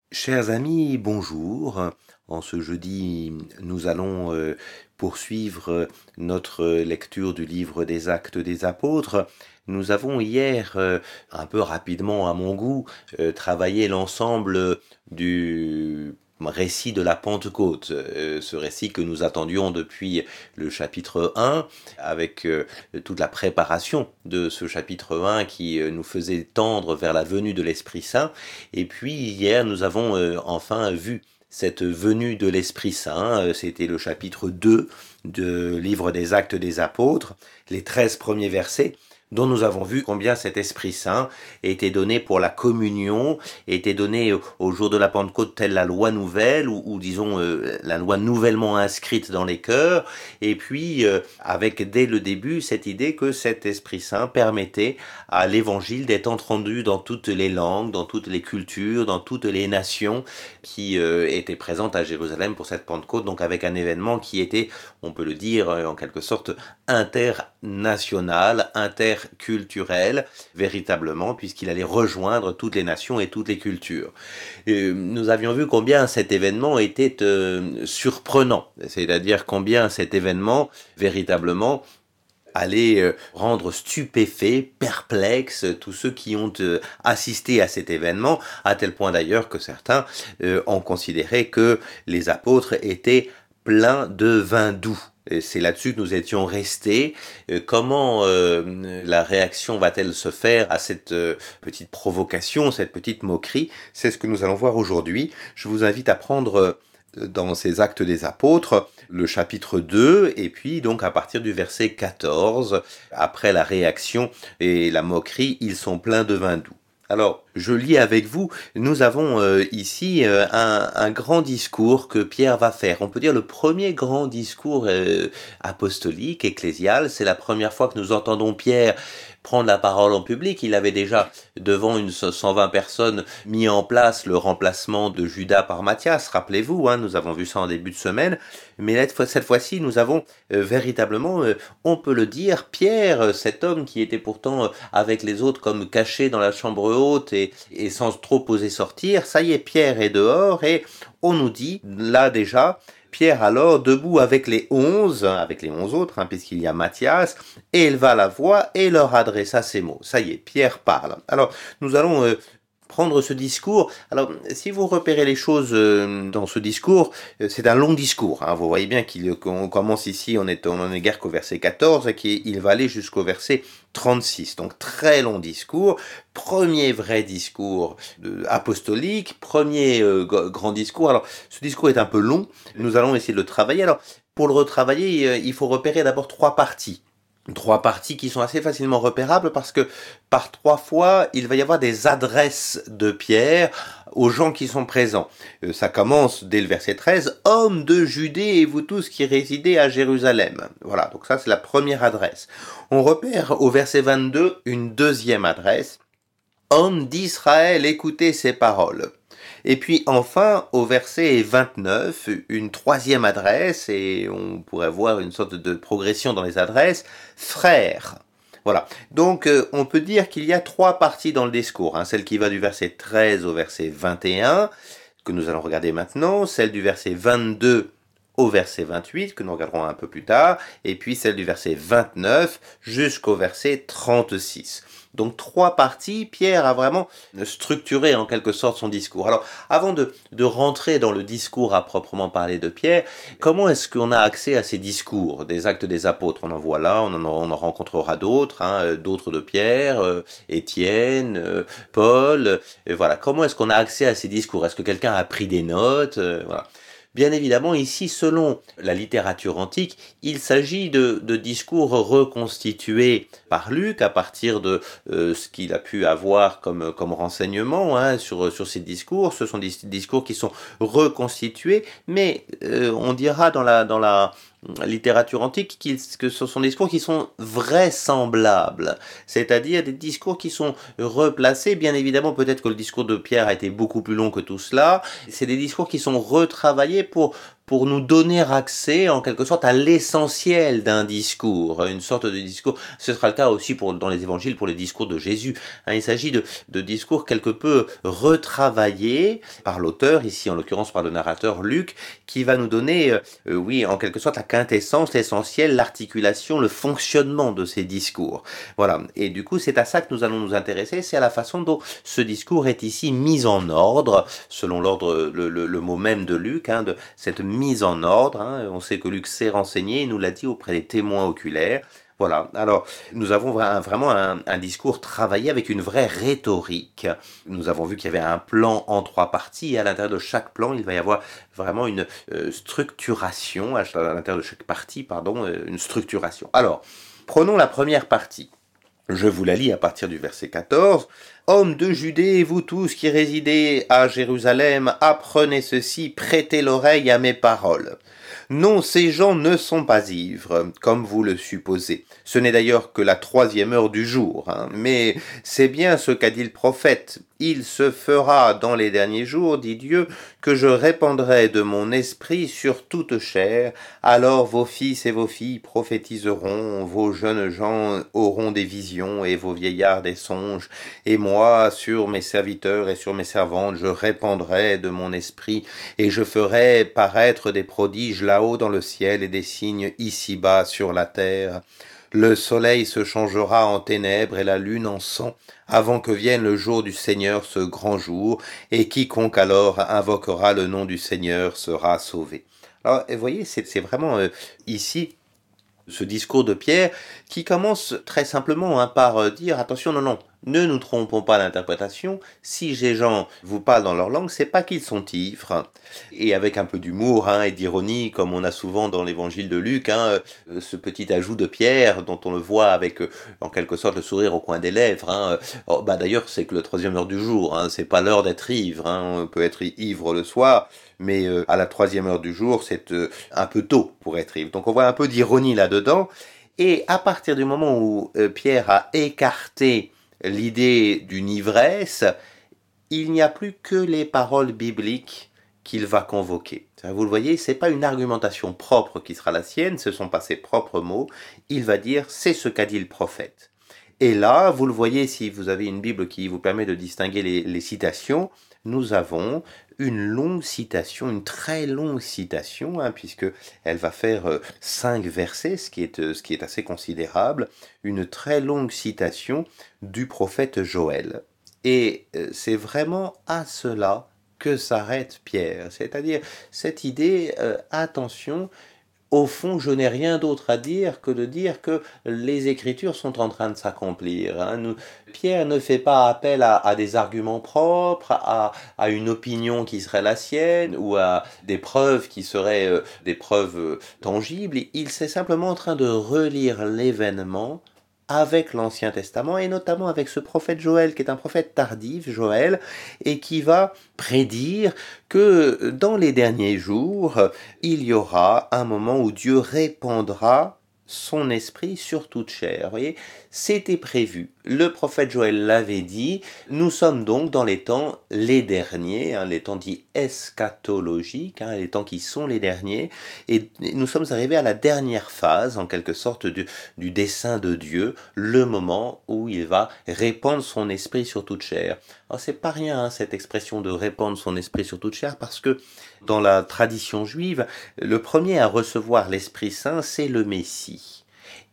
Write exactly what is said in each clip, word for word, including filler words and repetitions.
Chers amis, bonjour. En ce jeudi, nous allons euh, poursuivre euh, notre lecture du livre des Actes des Apôtres. Nous avons hier, euh, un peu rapidement à mon goût, euh, travaillé l'ensemble du récit de la Pentecôte, euh, ce récit que nous attendions depuis le chapitre un, avec euh, toute la préparation de ce chapitre un qui euh, nous faisait tendre vers la venue de l'Esprit Saint. Et puis hier, nous avons euh, enfin vu cette venue de l'Esprit Saint. Euh, C'était le chapitre deux du livre des Actes des Apôtres, les treize premiers versets, dont nous avons vu combien cet Esprit Saint était donné pour la communion, était donné au jour de la Pentecôte telle la loi nouvelle, ou, ou disons euh, la loi nouvellement inscrite dans les cœurs, et puis euh, avec dès le début cette idée que cet Esprit Saint permettait à l'Évangile d'être entendu dans toutes les langues, dans toutes les cultures, dans toutes les nations qui euh, étaient présentes à Jérusalem pour cette Pentecôte, donc avec un événement qui était, on peut le dire en quelque sorte, international, interculturel, véritablement, puisqu'il allait rejoindre toutes les nations et toutes les cultures. Et nous avions vu combien cet événement était euh, surprenant, c'est-à-dire combien cet événement, véritablement, allait euh, rendre stupéfaits, perplexes tous ceux qui ont euh, assisté à cet événement, à tel point d'ailleurs que certains euh, ont considéré que les apôtres étaient pleins de vin doux. Et c'est là-dessus que nous étions restés. Euh, comment euh, la réaction va-t-elle se faire à cette euh, petite provocation, cette petite moquerie? C'est ce que nous allons voir aujourd'hui. Je vous invite à prendre euh, dans ces Actes des Apôtres le chapitre deux, et puis donc à partir du verset quatorze, après la réaction et la moquerie, ils sont pleins de vin doux. Alors, je lis avec vous, nous avons euh, ici euh, un, un grand discours que Pierre va faire. On peut dire le premier grand discours euh, apostolique, ecclésial. C'est la première fois que nous entendons Pierre prendre la parole en public. Il avait déjà, devant une cent vingt personnes, mis en place le remplacement de Judas par Matthias. Rappelez-vous, hein, nous avons vu ça en début de semaine. Mais cette fois-ci, nous avons euh, véritablement, euh, on peut le dire, Pierre, cet homme qui était pourtant euh, avec les autres comme caché dans la chambre haute et, et sans trop oser sortir. Ça y est, Pierre est dehors et on nous dit, là déjà, Pierre alors, debout avec les onze, avec les onze autres, hein, puisqu'il y a Matthias, éleva la voix et leur adressa ces mots. Ça y est, Pierre parle. Alors, nous allons euh, prendre ce discours. Alors, si vous repérez les choses euh, dans ce discours, euh, c'est un long discours. Hein. Vous voyez bien qu'on commence ici, on est, on en est guère qu'au verset quatorze, et qu'il va aller jusqu'au verset trente-six. Donc, très long discours. Premier vrai discours euh, apostolique, premier euh, grand discours. Alors, ce discours est un peu long. Nous allons essayer de le travailler. Alors, pour le retravailler, euh, il faut repérer d'abord trois parties. Trois parties qui sont assez facilement repérables parce que par trois fois, il va y avoir des adresses de Pierre aux gens qui sont présents. Euh, ça commence dès le verset treize, « Hommes de Judée et vous tous qui résidez à Jérusalem ». Voilà, donc ça c'est la première adresse. On repère au verset vingt-deux une deuxième adresse, « Hommes d'Israël, écoutez ces paroles ». Et puis enfin, au verset vingt-neuf, une troisième adresse, et on pourrait voir une sorte de progression dans les adresses, frères. Voilà. Donc, euh, on peut dire qu'il y a trois parties dans le discours. Hein. Celle qui va du verset treize au verset vingt et un, que nous allons regarder maintenant, celle du verset vingt-deux au verset vingt-huit, que nous regarderons un peu plus tard, et puis celle du verset vingt-neuf jusqu'au verset trente-six. Donc trois parties, Pierre a vraiment structuré en quelque sorte son discours. Alors avant de, de rentrer dans le discours à proprement parler de Pierre, comment est-ce qu'on a accès à ces discours des Actes des Apôtres? On en voit là, on en, on en rencontrera d'autres, hein, d'autres de Pierre, euh, Étienne, euh, Paul, et voilà. Comment est-ce qu'on a accès à ces discours? Est-ce que quelqu'un a pris des notes? euh, Voilà. Bien évidemment, ici, selon la littérature antique, il s'agit de, de discours reconstitués par Luc à partir de euh, ce qu'il a pu avoir comme, comme renseignement hein, sur, sur ces discours. Ce sont des discours qui sont reconstitués, mais euh, on dira dans la, dans la littérature antique que ce sont des discours qui sont vraisemblables, c'est-à-dire des discours qui sont replacés. Bien évidemment, peut-être que le discours de Pierre a été beaucoup plus long que tout cela. C'est des discours qui sont retravaillés pour pour nous donner accès, en quelque sorte, à l'essentiel d'un discours, une sorte de discours. Ce sera le cas aussi pour, dans les évangiles pour les discours de Jésus. Hein, il s'agit de, de discours quelque peu retravaillés par l'auteur, ici en l'occurrence par le narrateur Luc, qui va nous donner, euh, oui, en quelque sorte, la quintessence, l'essentiel, l'articulation, le fonctionnement de ces discours. Voilà. Et du coup, c'est à ça que nous allons nous intéresser, c'est à la façon dont ce discours est ici mis en ordre, selon l'ordre, le, le, le mot même de Luc, hein, de cette mise en ordre. Hein. On sait que Luc s'est renseigné, il nous l'a dit auprès des témoins oculaires. Voilà, alors nous avons vraiment un, un discours travaillé avec une vraie rhétorique. Nous avons vu qu'il y avait un plan en trois parties, et à l'intérieur de chaque plan, il va y avoir vraiment une euh, structuration, à l'intérieur de chaque partie, pardon, euh, une structuration. Alors, prenons la première partie. Je vous la lis à partir du verset quatorze. « Hommes de Judée, vous tous qui résidez à Jérusalem, apprenez ceci, prêtez l'oreille à mes paroles. Non, ces gens ne sont pas ivres, comme vous le supposez. Ce n'est d'ailleurs que la troisième heure du jour, hein. Mais c'est bien ce qu'a dit le prophète. Il se fera dans les derniers jours, dit Dieu, que je répandrai de mon esprit sur toute chair. Alors vos fils et vos filles prophétiseront, vos jeunes gens auront des visions et vos vieillards des songes. Et moi, sur mes serviteurs et sur mes servantes, je répandrai de mon esprit et je ferai paraître des prodiges là-haut dans le ciel et des signes ici-bas sur la terre. Le soleil se changera en ténèbres et la lune en sang, avant que vienne le jour du Seigneur, ce grand jour, et quiconque alors invoquera le nom du Seigneur sera sauvé. » Alors, vous voyez, c'est vraiment euh, ici ce discours de Pierre qui commence très simplement hein, par dire « Attention, non, non, ne nous trompons pas d'interprétation. Si les gens vous parlent dans leur langue, c'est pas qu'ils sont ivres. » Et avec un peu d'humour hein, et d'ironie, comme on a souvent dans l'évangile de Luc, hein, ce petit ajout de Pierre, dont on le voit avec, en quelque sorte, le sourire au coin des lèvres. Hein. Oh, bah, d'ailleurs, c'est que le troisième heure du jour, hein, c'est pas l'heure d'être ivre. Hein. On peut être ivre le soir, mais euh, à la troisième heure du jour, c'est euh, un peu tôt pour être ivre. Donc on voit un peu d'ironie là-dedans. Et à partir du moment où euh, Pierre a écarté l'idée d'une ivresse, il n'y a plus que les paroles bibliques qu'il va convoquer. Vous le voyez, c'est pas une argumentation propre qui sera la sienne, ce sont pas ses propres mots. Il va dire, c'est ce qu'a dit le prophète. Et là, vous le voyez, si vous avez une Bible qui vous permet de distinguer les, les citations, nous avons une longue citation, une très longue citation, hein, puisque elle va faire euh, cinq versets, ce qui est, euh, ce qui est assez considérable, une très longue citation du prophète Joël. Et euh, c'est vraiment à cela que s'arrête Pierre, c'est-à-dire cette idée, euh, attention, au fond, je n'ai rien d'autre à dire que de dire que les Écritures sont en train de s'accomplir. Hein. Nous, Pierre ne fait pas appel à, à des arguments propres, à, à une opinion qui serait la sienne, ou à des preuves qui seraient euh, des preuves euh, tangibles. Il est simplement en train de relire l'événement avec l'Ancien Testament, et notamment avec ce prophète Joël, qui est un prophète tardif, Joël, et qui va prédire que dans les derniers jours, il y aura un moment où Dieu répandra son esprit sur toute chair. Vous voyez, c'était prévu. Le prophète Joël l'avait dit. Nous sommes donc dans les temps les derniers, hein, les temps dits eschatologiques, hein, les temps qui sont les derniers, et nous sommes arrivés à la dernière phase, en quelque sorte, du, du dessein de Dieu, le moment où il va répandre son esprit sur toute chair. Alors c'est pas rien hein, cette expression de répandre son esprit sur toute chair, parce que dans la tradition juive, le premier à recevoir l'Esprit Saint, c'est le Messie.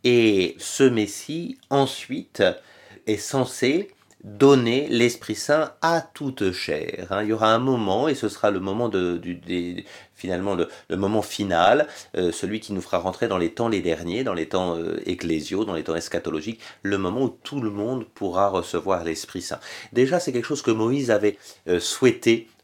Et ce Messie, ensuite, est censé donner l'Esprit Saint à toute chair. Hein. Il y aura un moment, et ce sera le moment de, du, des, finalement le, le moment final, euh, celui qui nous fera rentrer dans les temps les derniers, dans les temps euh, ecclésiaux, dans les temps eschatologiques, le moment où tout le monde pourra recevoir l'Esprit Saint. Déjà, c'est quelque chose que Moïse avait euh, souhaité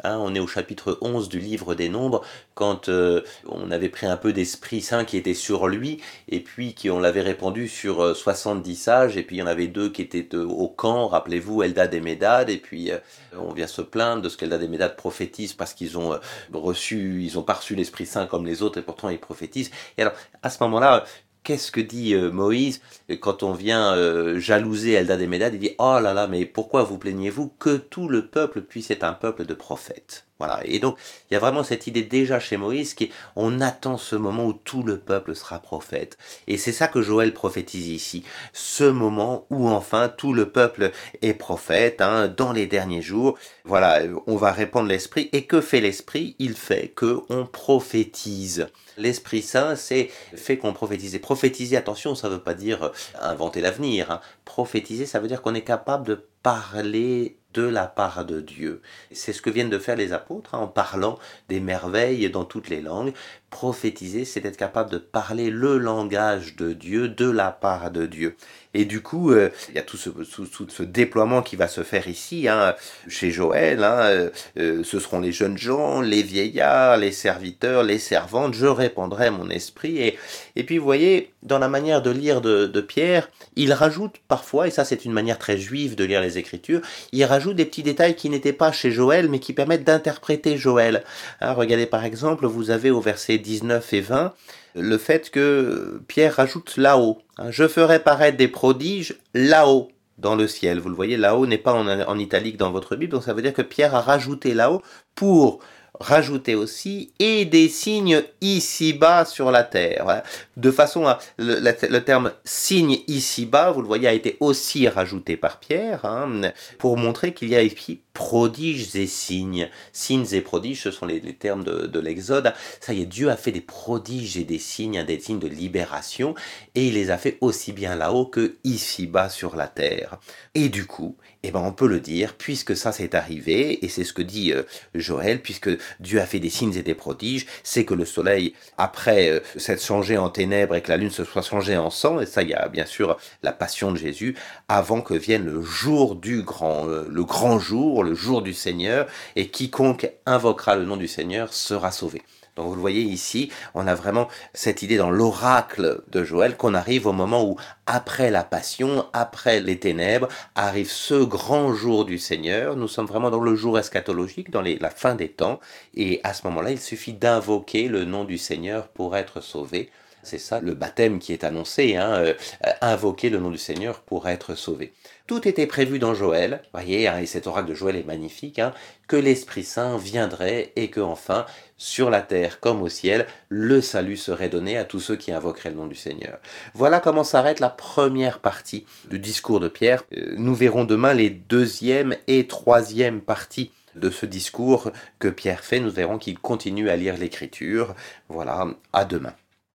Hein, on est au chapitre onze du livre des Nombres, quand euh, on avait pris un peu d'Esprit Saint qui était sur lui, et puis qu'on l'avait répandu sur euh, soixante-dix sages, et puis il y en avait deux qui étaient euh, au camp, rappelez-vous, Eldad et Médad, et puis euh, on vient se plaindre de ce qu'Eldad et Médad prophétisent parce qu'ils ont euh, reçu, ils ont pas reçu l'Esprit Saint comme les autres, et pourtant ils prophétisent. Et alors, à ce moment-là, qu'est-ce que dit euh, Moïse quand on vient euh, jalouser Eldad et Médad? Il dit « Oh là là, mais pourquoi vous plaignez-vous que tout le peuple puisse être un peuple de prophètes ?» Voilà. Et donc, il y a vraiment cette idée déjà chez Moïse qui, on attend ce moment où tout le peuple sera prophète. Et c'est ça que Joël prophétise ici. Ce moment où enfin tout le peuple est prophète, hein, dans les derniers jours. Voilà, on va répandre l'esprit. Et que fait l'esprit? Il fait que on prophétise. L'Esprit Saint, c'est fait qu'on prophétise. Et prophétiser, attention, ça ne veut pas dire inventer l'avenir. Hein. Prophétiser, ça veut dire qu'on est capable de parler de la part de Dieu. C'est ce que viennent de faire les apôtres, hein, en parlant des merveilles dans toutes les langues. Prophétiser, c'est être capable de parler le langage de Dieu, de la part de Dieu. Et du coup, euh, il y a tout ce, tout, tout ce déploiement qui va se faire ici, hein, chez Joël. Hein, euh, ce seront les jeunes gens, les vieillards, les serviteurs, les servantes. Je répandrai mon esprit. Et, et puis, vous voyez, dans la manière de lire de, de Pierre, il rajoute parfois, et ça c'est une manière très juive de lire les Écritures, il rajoute des petits détails qui n'étaient pas chez Joël, mais qui permettent d'interpréter Joël. Hein, regardez par exemple, vous avez au verset dix-neuf et vingt, le fait que Pierre rajoute là-haut. Hein, je ferai paraître des prodiges là-haut dans le ciel. Vous le voyez, là-haut n'est pas en, en italique dans votre Bible, donc ça veut dire que Pierre a rajouté là-haut pour rajouter aussi et des signes ici-bas sur la terre. Voilà. De façon à le, le, le terme signe ici-bas, vous le voyez, a été aussi rajouté par Pierre, hein, pour montrer qu'il y a ici prodiges et signes. Signes et prodiges, ce sont les, les termes de, de l'Exode. Ça y est, Dieu a fait des prodiges et des signes, hein, des signes de libération, et il les a fait aussi bien là-haut que ici-bas sur la terre. Et du coup, eh ben, on peut le dire, puisque ça s'est arrivé, et c'est ce que dit euh, Joël, puisque Dieu a fait des signes et des prodiges, c'est que le soleil, après euh, s'être changé en ténèbres et que la lune se soit changée en sang, et ça, il y a bien sûr la passion de Jésus, avant que vienne le jour du grand, euh, le grand jour, le jour du Seigneur, et quiconque invoquera le nom du Seigneur sera sauvé. Donc vous le voyez ici, on a vraiment cette idée dans l'oracle de Joël qu'on arrive au moment où, après la passion, après les ténèbres, arrive ce grand jour du Seigneur. Nous sommes vraiment dans le jour eschatologique, dans les, la fin des temps, et à ce moment-là, il suffit d'invoquer le nom du Seigneur pour être sauvé. C'est ça le baptême qui est annoncé, hein, euh, invoquer le nom du Seigneur pour être sauvé. Tout était prévu dans Joël, voyez, hein, et cet oracle de Joël est magnifique, hein, que l'Esprit Saint viendrait et que enfin, sur la terre comme au ciel, le salut serait donné à tous ceux qui invoqueraient le nom du Seigneur. Voilà comment s'arrête la première partie du discours de Pierre. Nous verrons demain les deuxième et troisième parties de ce discours que Pierre fait. Nous verrons qu'il continue à lire l'Écriture. Voilà, à demain.